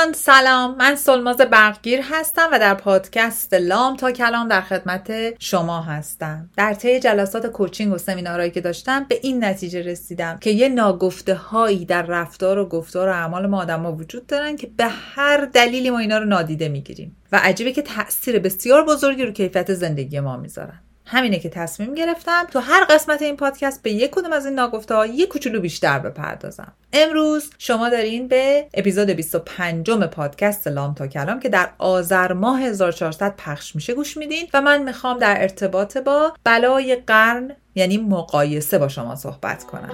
دوستان سلام، من سلماز برقگیر هستم و در پادکست لام تا کلام در خدمت شما هستم. در طی جلسات کوچینگ و سمینارهایی که داشتم به این نتیجه رسیدم که یه ناگفته هایی در رفتار و گفتار و اعمال ما آدم‌ها وجود دارن که به هر دلیلی ما اینا رو نادیده میگیریم و عجیبه که تأثیر بسیار بزرگی رو کیفیت زندگی ما میذارن. همینه که تصمیم گرفتم تو هر قسمت این پادکست به یک کدوم از این ناگفته‌ها یه کوچولو بیشتر بپردازم. امروز شما دارین به اپیزود 25 پادکست لام تا کلام که در آذر ماه 1400 پخش میشه گوش میدین و من میخوام در ارتباط با بلای قرن یعنی مقایسه با شما صحبت کنم.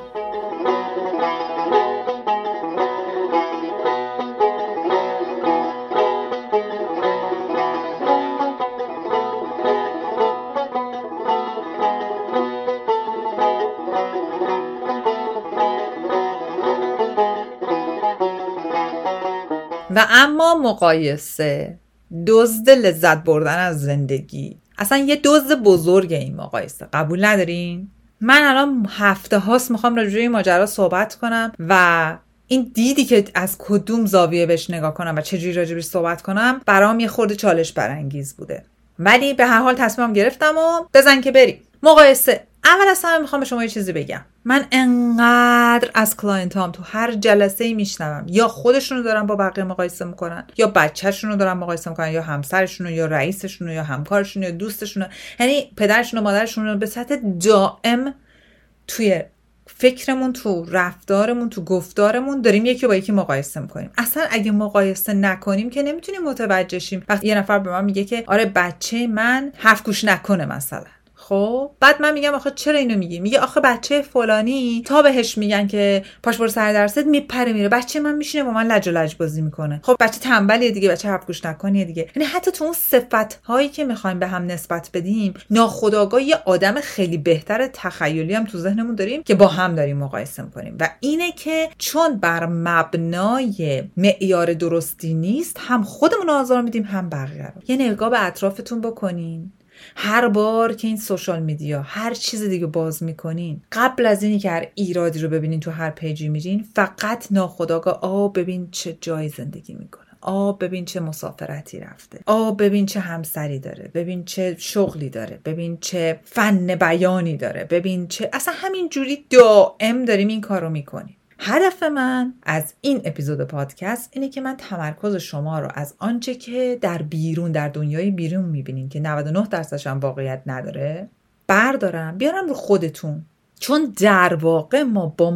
و اما مقایسه دزد لذت بردن از زندگی، اصلا یه دزد بزرگ این مقایسه، قبول ندارین؟ من الان هفته هاست میخوام راجع به این ماجرا صحبت کنم و این دیدی که از کدوم زاویه بهش نگاه کنم و چجوری راجع بهش صحبت کنم برام یه خورده چالش برانگیز بوده، ولی به هر حال تصمیمم گرفتم و بزن که بریم. مقایسه. اول از همه میخوام به شما یه چیزی بگم. من انقدر از کلاینتام تو هر جلسه‌ای میشنوم یا خودشونو دارن با بقیه مقایسه میکنن یا بچه‌شونو دارن مقایسه میکنن یا همسرشونو یا رئیسشونو یا همکارشونو یا دوستشونو، یعنی پدرشونو مادرشونو به سطح دائم توی فکرمون، تو رفتارمون، تو گفتارمون داریم یکی با یکی مقایسه میکنیم. اصلا اگه مقایسه نکنیم که نمیتونیم متوجه شیم. وقتی یه نفر به من میگه که آره بچه من حرف گوش نکنه مثلا، خب بعد من میگم آخه چرا اینو میگی؟ میگه آخه بچه فلانی تا بهش میگن که پاش برو سر درست میپره میره، بچه من میشینه با من لج و لج بازی میکنه. خب بچه تنبلیه دیگه، بچه حرف گوش نکنیه دیگه. یعنی حتی تو اون صفت هایی که میخوایم به هم نسبت بدیم ناخودآگاه یه آدم خیلی بهتر تخیلی هم تو ذهنمون داریم که با هم داریم مقایسه میکنیم و اینه که چون بر مبنای معیار درستی نیست هم خودمون آزار میدیم هم بقیه رو. یه نگاه به اطرافتون بکنین. هر بار که این سوشال میدیا هر چیز دیگه باز میکنین، قبل از اینی که هر ایرادی رو ببینین تو هر پیجی میرین، فقط ناخودآگاه ببین چه جای زندگی میکنه، ببین چه مسافرتی رفته، ببین چه همسری داره، ببین چه شغلی داره، ببین چه فن بیانی داره، ببین چه، اصلا همین جوری دائم داریم این کارو میکنیم. هدف من از این اپیزود پادکست اینه که من تمرکز شما رو از آنچه که در بیرون، در دنیای بیرون میبینین که 99% هم واقعیت نداره بردارم بیارم رو خودتون، چون در واقع ما با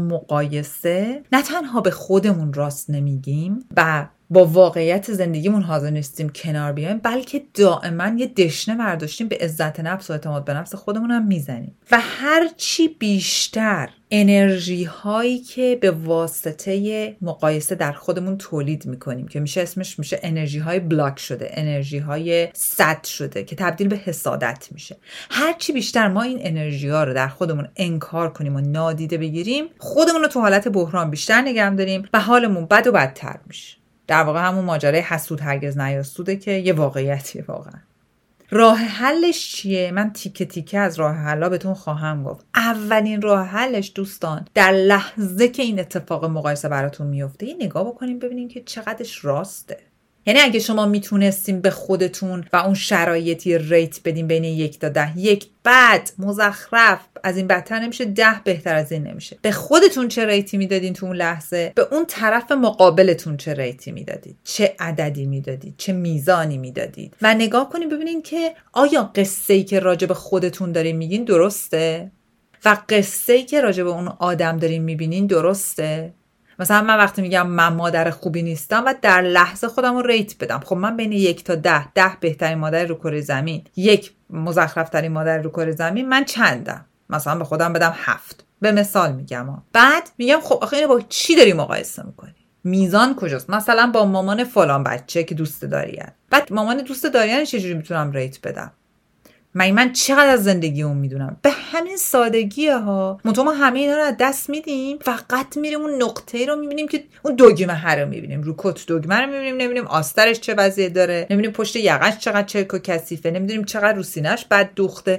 مقایسه نه تنها به خودمون راست نمیگیم و با واقعیت زندگیمون حاضر نیستیم کنار بیایم، بلکه دائما یه دشنه برداشتیم به عزت نفس و اعتماد به نفس خودمون هم میزنیم و هر چی بیشتر انرژی هایی که به واسطه مقایسه در خودمون تولید میکنیم که میشه اسمش میشه انرژی های بلاک شده، انرژی های سد شده که تبدیل به حسادت میشه. هر چی بیشتر ما این انرژی ها رو در خودمون انکار کنیم و نادیده بگیریم، خودمون رو تو حالت بحران بیشتر نگه داریم و حالمون بد و بدتر میشه. در واقع همون ماجرای حسود هرگز نیاسوده که یه واقعیتیه. واقعا راه حلش چیه؟ من تیکه تیکه از راه حلا بهتون خواهم گفت. اولین راه حلش دوستان، در لحظه که این اتفاق مقایسه براتون میفته یه نگاه بکنیم ببینین که چقدرش راسته. یعنی اگه شما میتونستیم به خودتون و اون شرایطی ریت بدین بین 1 تا 10، 1 بد مزخرف، از این بدتر نمیشه، 10 بهتر از این نمیشه، به خودتون چه ریتی میدادین تو اون لحظه؟ به اون طرف مقابلتون چه ریتی میدادید؟ چه عددی میدادید؟ چه میزانی میدادید؟ و نگاه کنین ببینین که آیا قصه‌ای که راجع به خودتون دارین میگین درسته و قصه‌ای که راجع به اون آدم دارین میبینین درسته؟ مثلا من وقتی میگم من مادر خوبی نیستم و در لحظه خودم رو ریت بدم، خب من بین 1 تا 10 بهترین مادر رو کره زمین، 1 مزخرف ترین مادر رو کره زمین، من چندم؟ مثلا به خودم بدم 7، به مثال میگم بعد میگم خب آخه اینو با چی داری مقایسه میکنی؟ میزان کجاست؟ مثلا با مامان فلان بچه که دوست دارین. بعد مامان دوست دارین چجوری میتونم ریت بدم؟ من چقدر از زندگی اون میدونم؟ به همین سادگیه ها. ما همه اینا رو از دست میدیم، فقط میریم اون نقطه رو میبینیم که اون دگمه رو میبینیم، رو کت دگمه رو میبینیم، نمیدونیم آسترش چه وضعیت داره، نمیدونیم پشت یقش چقدر چرک و کثیفه، نمیدونیم چقدر رو سینه‌اش بد دوخته،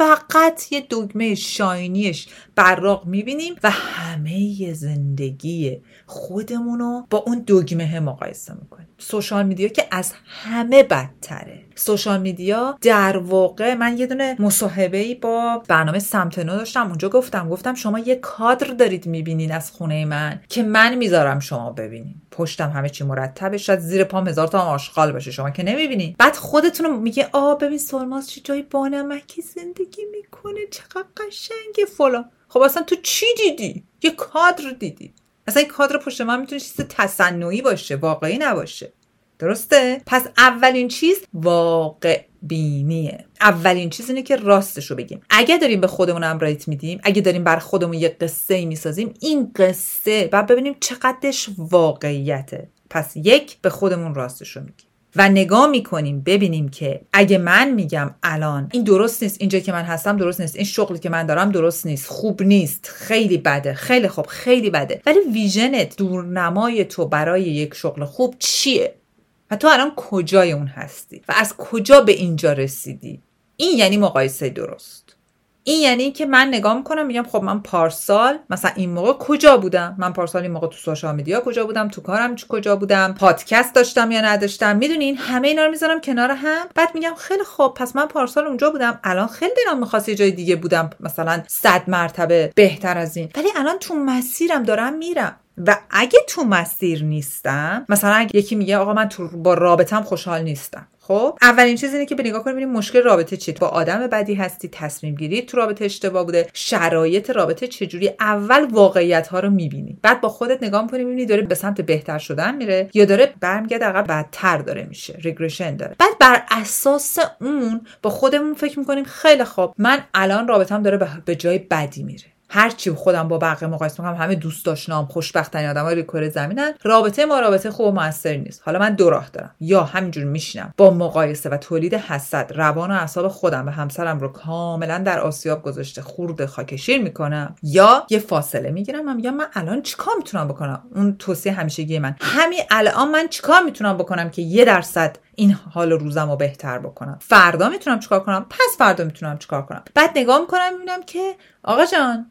فقط یه دگمه شاینیش براق میبینیم و همه زندگی خودمونو با اون دگمه مقایسه میکنیم. سوشال میدیا که از همه بدتره. سوشال میدیا در واقع، من یه دونه مصاحبه‌ای با برنامه سمت نو داشتم، اونجا گفتم شما یه کادر دارید میبینین از خونه من که من میذارم شما ببینین، پشتم همه چی مرتبه، شاید زیر پام 1000 تا آشغال باشه شما که نمیبینین. بعد خودتون میگه ببین سلماز چه جای بانمکی زندگی میکنه، چقدر قشنگه فلان. خب اصلا تو چی دیدی؟ یه کادر دیدی. اصلا این کادر پشت من میتونه چیز تصنعی باشه، واقعی نباشه. درسته؟ پس اولین چیز واقع بینیه. اولین چیز اینه که راستشو بگیم. اگه داریم به خودمون امرایت میدیم، اگه داریم بر خودمون یه قصه میسازیم، این قصه بعد ببینیم چقدرش واقعیته. پس یک، به خودمون راستشو میگیم و نگاه میکنیم ببینیم که اگه من میگم الان این درست نیست، اینجا که من هستم درست نیست، این شغلی که من دارم درست نیست، خوب نیست، خیلی بده، خیلی خوب، خیلی بده، ولی ویژنت، دورنمای تو برای یک شغل خوب چیه و تو الان کجای اون هستی و از کجا به اینجا رسیدی؟ این یعنی مقایسه درست. این یعنی که من نگاه میکنم میگم خب من پارسال مثلا این موقع کجا بودم، من پارسال این موقع تو سوشال میدیا کجا بودم، تو کارم کجا بودم، پادکست داشتم یا نداشتم، میدونین همه اینا رو میذارم کنار هم. بعد میگم خیلی خب پس من پارسال اونجا بودم، الان خیلی دلم می‌خواد یه جای دیگه بودم، مثلا 100 مرتبه بهتر از این، ولی الان تو مسیرم دارم میرم. و اگه تو مسیر نیستم، مثلا اگه یکی میگه آقا من تو با رابطم خوشحال نیستم، خب اولین چیز اینه که به نگاه کنیم ببینیم مشکل رابطه چیه، با آدم بدی هستی، تصمیم گیری تو رابطه اشتباه بوده، شرایط رابطه چجوری، اول واقعیت ها رو میبینی، بعد با خودت نگاه می‌کنی میبینی داره به سمت بهتر شدن میره یا داره برمیگرده عقب بدتر داره میشه، ریگرشن داره. بعد بر اساس اون با خودمون فکر می‌کنیم خیلی خوب من الان رابطه‌ام داره به جای بدی میره، هرچی خودم با بقیه مقایسه میکنم همه دوست داشتنام خوشبخت‌ترین آدمای روی کره زمینن، رابطه ما رابطه خوب و موثر نیست. حالا من دو راه دارم، یا همینجور میشینم با مقایسه و تولید حسد روان و اعصاب خودم و همسرم رو کاملا در آسیاب گذاشته خورد خاکشیر میکنم، یا یه فاصله میگیرم و میگم من الان چیکار میتونم بکنم. اون توصیه همیشگی من همین الان من چیکار میتونم بکنم که 1% این حال روزم رو بهتر بکنم، فردا میتونم چیکار کنم، پس فردا میتونم چیکار کنم. بعد نگاه میکنم میبینم که آقا جان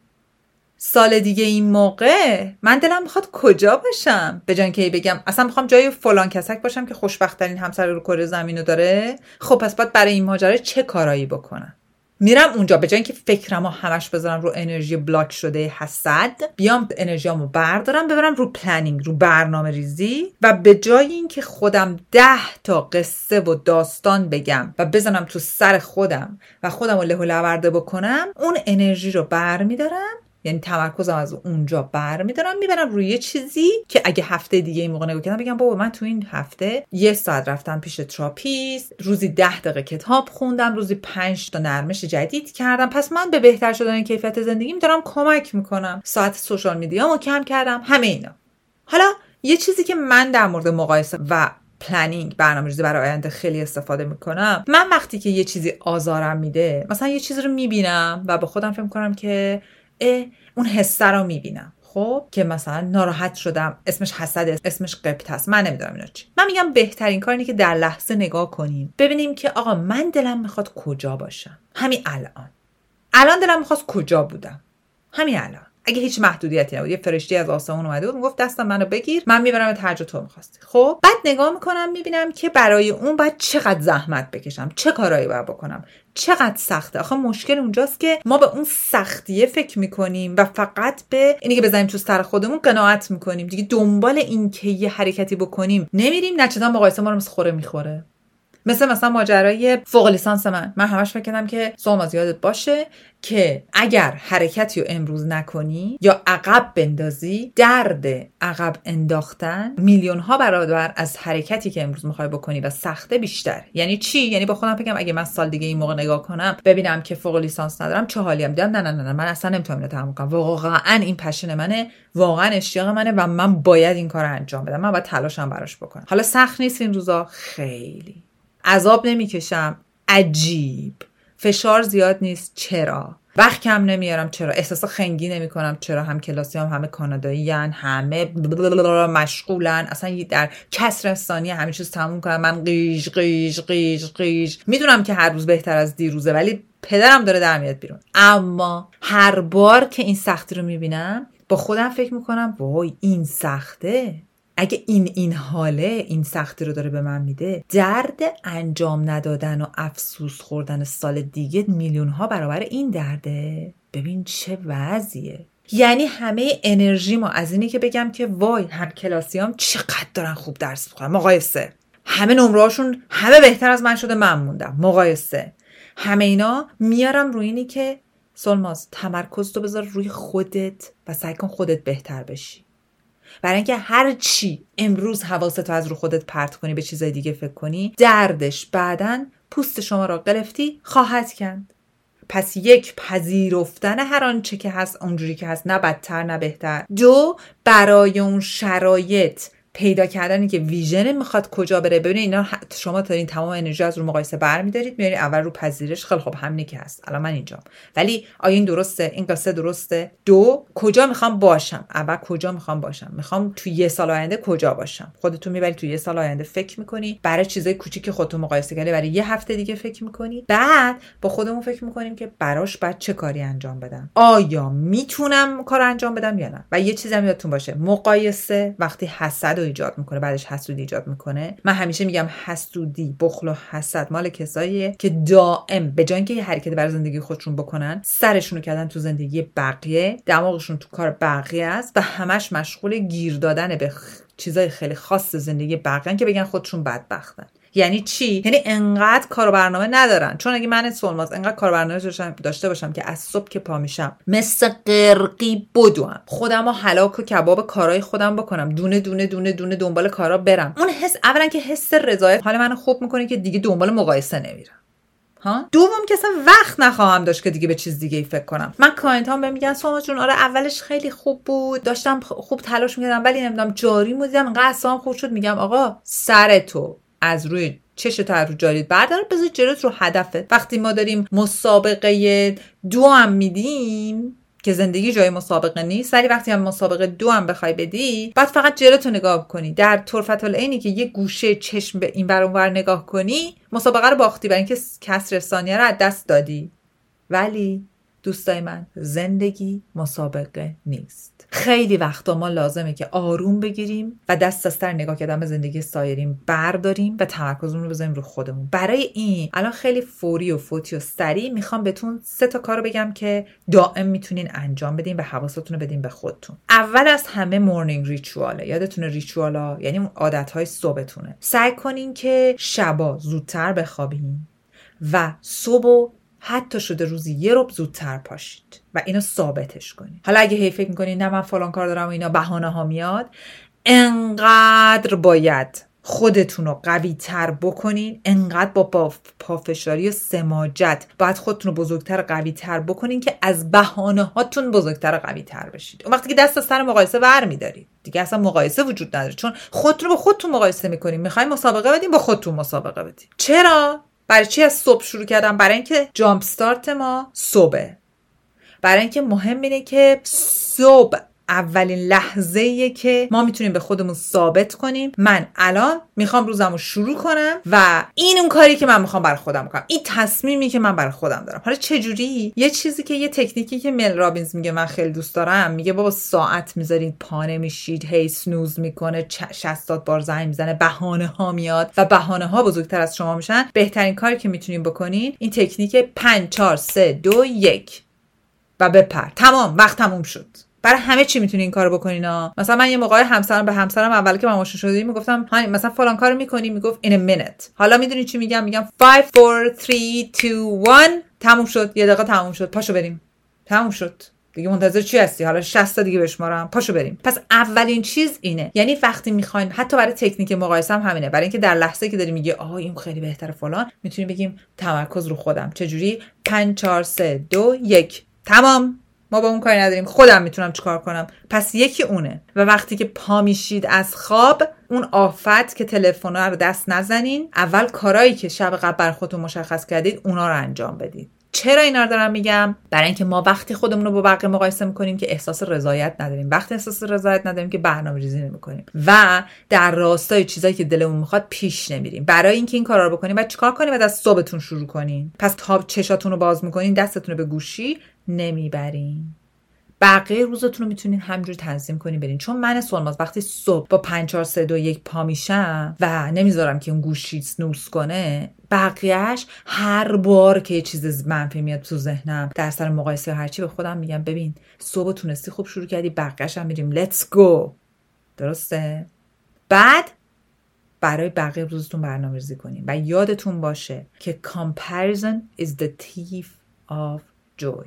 سال دیگه این موقع من دلم میخواد کجا باشم، به جای اینکه بگم اصلا میخوام جای فلان کسک باشم که خوشبخت ترین همسر رو کره زمینو داره، خب پس باید برای این ماجرا چه کارایی بکنم؟ میرم اونجا به جای اینکه فکرمو همش بذارم رو انرژی بلاک شده حسد، بیام انرژیامو بردارم ببرم رو پلنینگ، رو برنامه ریزی، و به جای اینکه خودم 10 تا قصه و داستان بگم و بزنم تو سر خودم و خودمو له و لورده بکنم، اون انرژی رو برمیدارم، یعنی تمرکزم از اونجا برمیدارم میبرم روی یه چیزی که اگه هفته دیگه این موقع نگاه کردم بگم بابا من تو این هفته 1 ساعت رفتم پیش تراپیست، روزی 10 دقیقه کتاب خوندم، روزی 5 تا نرمش جدید کردم، پس من به بهتر شدن کیفیت زندگیم دارم کمک میکنم، ساعت سوشال میدیامو کم کردم، همه اینا. حالا یه چیزی که من در مورد مقایسه و پلنینگ، برنامه‌ریزی برای آینده خیلی استفاده میکنم، من وقتی که یه چیزی آزارم میده، مثلا یه چیزی رو میبینم و با خودم فکر میکنم که اون حسه رو میبینم، خب که مثلا ناراحت شدم، اسمش حسد، اسمش غبط هست، من نمیدونم اینا چی. من میگم بهترین کار اینه که در لحظه نگاه کنیم ببینیم که آقا من دلم میخواد کجا باشم، همین الان دلم میخواد کجا بودم، همین الان. اگه هیچ محدودیتی نبود، یه فرشته از آسمون اومده بود میگفت دستم منو بگیر من میبرم هر جا تو می‌خواستی، خب بعد نگاه میکنم میبینم که برای اون باید چقدر زحمت بکشم، چه کارایی باید بکنم، چقدر سخته. آخه مشکل اونجاست که ما به اون سختیه فکر میکنیم و فقط به اینی که بزنیم تو سر خودمون قناعت میکنیم دیگه، دنبال این که یه حرکتی بکنیم نمیریم، نچتا مقایسه ما رو مثل خوره میخوره. مثلا ماجرای فوق لیسانس من همش فکر کردم که سلماز یادت باشه که اگر حرکتی رو امروز نکنی یا عقب بندازی، درد عقب انداختن میلیون ها برابر از حرکتی که امروز میخوای بکنی و سخته بیشتر. یعنی چی؟ یعنی با خودم بگم اگه من سال دیگه این موقع نگاه کنم ببینم که فوق لیسانس ندارم چه حالی هم دیدم، نه من اصلا نمیتونم اینو تحمل کنم، واقعا این پشن منه، واقعا اشتیاق منه و من باید این کارو انجام بدم، من باید تلاشم براش بکنم. حالا سخت نیست این روزا، خیلی عذاب نمیکشم، عجیب فشار زیاد نیست، چرا؟ وقت کم نمیارم، چرا؟ احساس خنگی نمیکنم، چرا؟ هم کلاسی همه کاناداییان، همه مشغولن، اصلا در کسر ثانیه همه چیز تموم کنم، من قیش قیش قیش قیش. میدونم که هر روز بهتر از دیروزه، ولی پدرم داره در میاد بیرون. اما هر بار که این سختی رو میبینم با خودم فکر میکنم وای این سخته. اگه این حاله، این سختی رو داره به من میده، درد انجام ندادن و افسوس خوردن سال دیگه میلیون ها برابر این درده. ببین چه وضعیه. یعنی همه انرژی ما از اینی که بگم که وای هم کلاسیام چقدر دارن خوب درس میخونن، مقایسه، همه نمرهاشون همه بهتر از من شده، من موندم، مقایسه، همه اینا میارم روی اینی که سلماز تمرکز تو بذار روی خودت و سعی کن خودت بهتر بشی. برای اینکه هر چی امروز حواستو از رو خودت پرت کنی به چیزای دیگه فکر کنی، دردش بعدن پوست شما را گرفتی خواهد کند. پس یک، پذیرفتن هر آنچه که هست اونجوری که هست، نه بدتر نه بهتر. دو، برای اون شرایط پیدا کردنی که ویژن میخواد کجا بره. ببینید اینا شما دارین تمام انرژی از رو مقایسه برمی‌دارید، میارین اول رو پذیرش. خیلی خب همینی که هست، الان من اینجام، ولی آیا این درسته؟ این قصه درسته؟ دو، کجا میخوام باشم؟ اول کجا میخوام باشم؟ میخوام تو یه سال آینده کجا باشم؟ خودتون میبری تو یه سال آینده فکر میکنی، برای چیزای کوچیک خودتون مقایسه کردی، برای یه هفته دیگه فکر میکنی، بعد با خودمون فکر میکنیم که براش بعد چه کاری انجام بدم، آیا میتونم کار انجام بدم یا نه. و یه چیزی هم یادتون باشه، مقایسه وقتی حسد ایجاد میکنه، بعدش حسودی ایجاد میکنه. من همیشه میگم حسودی، بخل و حسد مال کساییه که دائم به جای اینکه یه حرکت برای زندگی خودشون بکنن، سرشون رو کردن تو زندگی بقیه، دماغشون تو کار بقیه است و همش مشغول گیر دادن به چیزای خیلی خاص زندگی بقیه که بگن خودشون بدبختن. یعنی چی؟ یعنی انقدر کار و برنامه ندارن. چون اگه من سلماز انقدر کار و برنامه داشته باشم که از صبح که پا میشم مثل قرقی بدوم، خودمو هلاک و کباب کارهای خودم بکنم، دونه دونه دونه دونه دنبال کارا برم، اون حس، اولا که حس رضایت حال منو خوب میکنه که دیگه دنبال مقایسه نمیرم. دوم که اصلا وقت نخواهم داشت که دیگه به چیز دیگه ای فکر کنم. من کلاینتام بهم میگن سلماز جون آره اولش خیلی خوب بود، داشتم خوب تلاش میکردم، ولی نمیدونم جاری مودیدم انقدر اصلا خوب شد. میگم آقا سرتو از روی چشت رو جاریت بردار، بذار جلوت رو هدفت. وقتی ما داریم مسابقه 2 هم میدیم که زندگی جای مسابقه نیست، ولی وقتی هم مسابقه 2 هم بخوای بدی، بعد فقط جلوتو نگاه کنی، در طرفت العینی که یه گوشه چشم به این ور اون ور نگاه کنی، مسابقه رو باختی، برای اینکه کسر ثانیه رو از دست دادی. ولی دوستای من، زندگی مسابقه نیست. خیلی وقتا ما لازمه که آروم بگیریم و دست از سر نگاه کردن به زندگی سایرین برداریم و تمرکزمون رو بذاریم رو خودمون. برای این الان خیلی فوری و فوتی و سریع میخوام بهتون 3 تا کارو بگم که دائم میتونین انجام بدین و حواستون رو بدین به خودتون. اول از همه مورنینگ ریچواله. یادتونه ریچوالا یعنی اون عادتهای صبحتونه. سعی کنین که شبا زودتر بخوابین و صبح حتی شده روزی 1 ربع زودتر پاشید و اینو ثابتش کنید. حالا اگه هی فکر میکنید نه من فلان کار دارم و اینا بهانه ها میاد، انقدر باید خودتون رو قوی تر بکنین، انقدر با پافشاری و سماجت باید خودتون رو بزرگتر قوی تر بکنین که از بهانه هاتون بزرگتر قوی تر بشید. اون وقتی که دست از سر مقایسه ور میدارید دیگه اصلا مقایسه وجود نداره، چون خودتون رو با خودتون مقایسه میکنین. میخواین مسابقه بدین، با خودتون مسابقه بدین. چرا؟ برای چی از صبح شروع کردم؟ برای اینکه جامپ استارت ما صبحه. برای اینکه مهم اینه که صبح اولین لحظه‌ایه که ما میتونیم به خودمون ثابت کنیم من الان میخوام روزمو شروع کنم و این اون کاری که من میخوام برای خودم کنم، این تصمیمی که من برای خودم دارم. حالا چه جوری؟ یه چیزی که یه تکنیکی که مل رابینز میگه من خیلی دوست دارم، میگه بابا ساعت میذارید پا نمیشید، هی سنوز میکنه، 60 بار زنگ میزنه، بهانه ها میاد و بهانه ها بزرگتر از شما میشن. بهترین کاری که میتونین بکنین این تکنیک 5 4 3 2 1 و بپر. تمام، وقت تموم شد. برای همه چی میتونی این کارو بکنین ها. مثلا من یه موقع به همسرم اول که من آشنا شدیم میگفتم مثلا فلان کارو میکنی، میگفت in a minute. حالا میدونی چی میگم 5 4 3 2 1 تموم شد. 1 دقیقه تموم شد، پاشو بریم. تموم شد دیگه، منتظر چی هستی؟ حالا 60 تا دیگه بشمارم، پاشو بریم. پس اولین چیز اینه. یعنی وقتی میخواین، حتی برای تکنیک مقایسه هم همینه، برای اینکه در لحظه‌ای که داری میگه آها این خیلی بهتره فلان، میتونیم بگیم تمرکز رو خودم. چه جوری؟ 5 4 3 2 1 تمام، ما با اون کاری نداریم، خودم میتونم چیکار کنم. پس یکی اونه. و وقتی که پا میشید از خواب، اون آفت که تلفن‌ها رو دست نزنین، اول کارهایی که شب قبل بر خودتون مشخص کردید اونا رو انجام بدید. چرا اینا رو دارم میگم؟ برای اینکه ما وقتی خودمون رو با بقیه مقایسه میکنیم که احساس رضایت نداریم، وقتی احساس رضایت نداریم که برنامه‌ریزی نمی‌کنیم و در راستای چیزایی که دلمون میخواد پیش نمیریم. برای اینکه این کارا رو بکنیم بعد چیکار کنیم؟ بعد از صبحتون شروع کنین. پس تا چشاتون رو باز میکنین، دستتون رو به گوشی نمیبرین. بقیه روزتون رو میتونین همینجوری تنظیم کنین برین. چون من سلماز وقتی صبح با 5 4 3 2 1 پا میشم و نمیذارم که اون گوشی سنوز کنه، بقیهش هر بار که یه چیز منفی میاد تو ذهنم در سر مقایسه یا هرچی، به خودم میگم ببین صبح تونستی خوب شروع کردی، بقیه‌اش هم میریم let's go. درسته؟ بعد برای بقیه روزتون برنامه‌ریزی کنین و یادتون باشه که comparison is the thief of joy.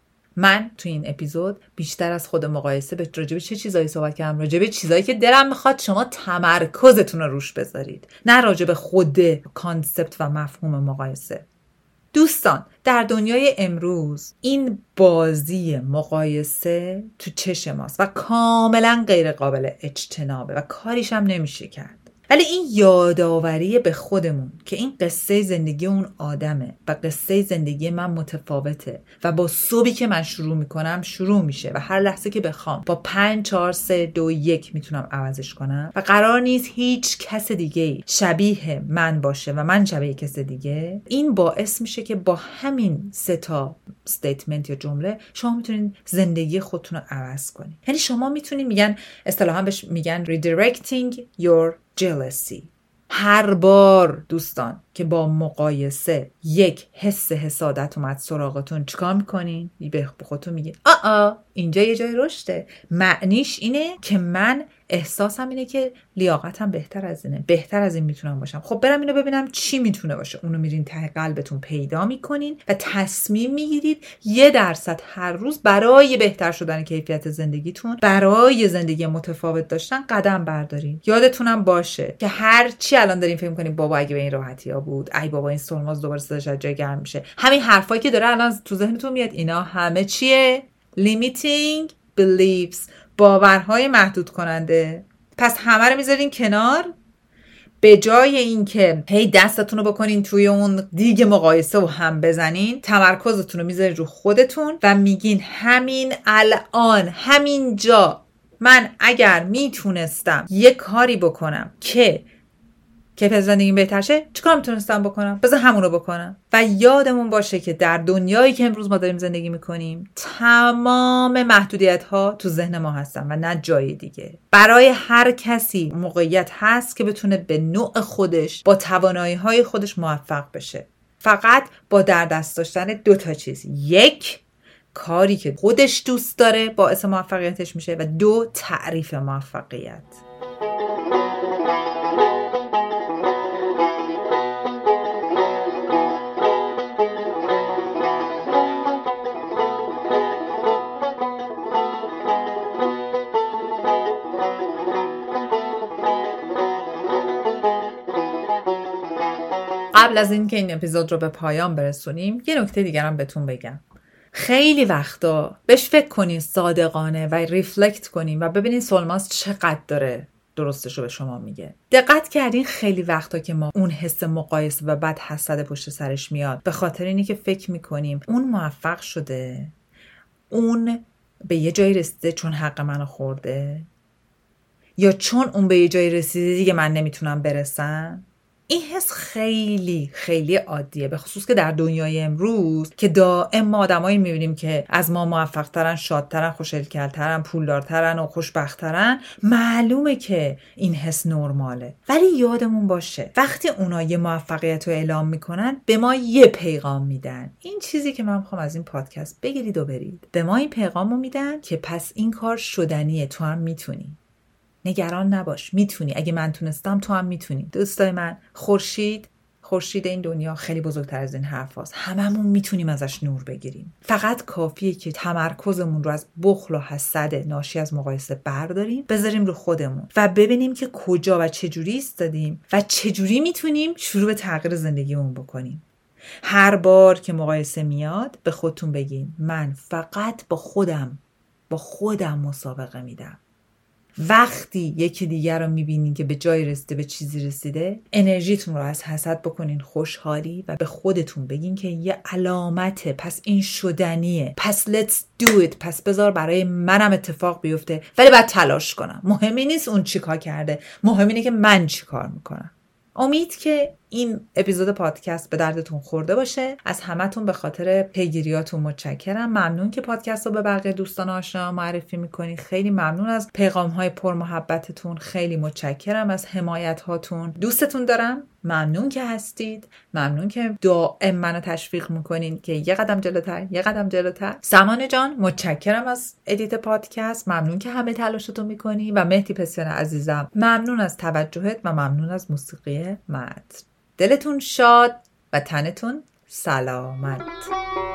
من تو این اپیزود بیشتر از خود مقایسه به راجع به چه چیزایی صحبت کردم، راجع به چیزایی که دلم میخواد شما تمرکزتون رو روش بذارید، نه راجع به خود کانسپت و مفهوم مقایسه. دوستان، در دنیای امروز این بازی مقایسه تو چش ماست و کاملا غیر قابل اجتنابه و کاریش هم نمیشه کرد. ولی این یادآوری به خودمون که این قصه زندگی اون آدمه و قصه زندگی من متفاوته و با صبحی که من شروع میکنم شروع میشه و هر لحظه که بخوام با 5 4 3 2 1 میتونم عوضش کنم و قرار نیست هیچ کس دیگه شبیه من باشه و من شبیه کس دیگه. این باعث میشه که با همین 3 تا استیتمنت یا جمله شما میتونین زندگی خودتون رو عوض کنین. یعنی شما میتونین، میگن اصطلاحاً بهش میگن redirecting your jealousy. هر بار دوستان که با مقایسه یک حس حسادت اومد سراغتون، چیکار میکنین؟ به خودتون میگین اینجا یه جای رشده، معنیش اینه که من احساسم اینه که لیاقتم بهتر از اینه، بهتر از این میتونم باشم. خب برم اینو ببینم چی میتونه باشه. اونو میرین ته قلبتون پیدا میکنین و تصمیم میگیرید 1% هر روز برای بهتر شدن کیفیت زندگیتون، برای زندگی متفاوت داشتن قدم بردارین. یادتونم باشه که هر چی الان دارین فکر میکنین بابا اگه به این راحتی‌ها بود، ای بابا این سلماز دوباره صداش از جای گرم میشه، همین حرفایی که داره الان تو ذهنتون میاد، اینا همه چیه؟ limiting beliefs، باورهای محدود کننده. پس همه رو میذارین کنار، به جای این که هی دستتون رو بکنین توی اون دیگ مقایسه و هم بزنین، تمرکزتون رو میذارین رو خودتون و میگین همین الان همین جا من اگر میتونستم یه کاری بکنم که کیفیت زندگیم بهتر شه، چیکار میتونستم بکنم؟ بذار همون رو بکنم. و یادمون باشه که در دنیایی که امروز ما داریم زندگی میکنیم تمام محدودیت ها تو ذهن ما هستن و نه جای دیگه. برای هر کسی موقعیت هست که بتونه به نوع خودش با توانایی های خودش موفق بشه، فقط با در دست داشتن 2 تا چیز: 1 کاری که خودش دوست داره باعث موفقیتش میشه و 2 تعریف موفقیت. قبل از این که این اپیزود رو به پایان برسونیم یه نکته دیگر هم بهتون بگم. خیلی وقتا بهش فکر کنین صادقانه و ریفلکت کنین و ببینین سلماز چقدر داره درستش رو به شما میگه. دقت کردین خیلی وقتا که ما اون حس مقایسه و بعد حسد پشت سرش میاد به خاطر اینی که فکر میکنیم اون موفق شده، اون به یه جایی رسیده چون حق منو خورده، یا چون اون به یه جایی رسیده دیگه من نمیتونم برسم. این حس خیلی خیلی عادیه، به خصوص که در دنیای امروز که دائم ما آدمایی میبینیم که از ما موفق‌ترن، شادترن، خوش‌الکل‌ترن، پولدارترن و خوشبخت‌ترن. معلومه که این حس نرماله، ولی یادمون باشه وقتی اونا یه موفقیت رو اعلام میکنن به ما یه پیغام میدن. این چیزی که من میخوام از این پادکست بگیرید و برید. به ما این پیغامو میدن که پس این کار شدنیه، تو هم میتونی. نگران نباش، میتونی. اگه من تونستم تو هم میتونی. دوستای من، خورشید این دنیا خیلی بزرگتر از این حرف هست. هممون میتونیم ازش نور بگیریم. فقط کافیه که تمرکزمون رو از بخل و حسد ناشی از مقایسه برداریم، بذاریم رو خودمون و ببینیم که کجا و چجوری ایستادیم و چجوری میتونیم شروع به تغییر زندگیمون بکنیم. هر بار که مقایسه میاد به خودتون بگین من فقط با خودم مسابقه میدم. وقتی یکی دیگر رو میبینین که به جای رسیده، به چیزی رسیده، انرژیتون رو از حسد بکنین خوشحالی و به خودتون بگین که یه علامته، پس این شدنیه، پس let's do it، پس بذار برای منم اتفاق بیفته، ولی باید تلاش کنم. مهمی نیست اون چیکار کرده، مهم اینه که من چیکار میکنم. امید که این اپیزود پادکست به دردتون خورده باشه. از همتون به خاطر پیگیریاتون متشکرم. ممنون که پادکست رو به بقیه دوستان آشنا معرفی میکنید. خیلی ممنون از پیغام‌های پرمحبتتون. خیلی متشکرم از حمایت هاتون. دوستتون دارم. ممنون که هستید. ممنون که دائم منو تشویق میکنین که یه قدم جلوتر. سمان جان متشکرم از ادیت پادکست. ممنون که همه تلاشتون میکنی. و مهدی پسیان عزیزم ممنون از توجهت و ممنون از موسیقی متن. دلتون شاد و تنتون سلامت.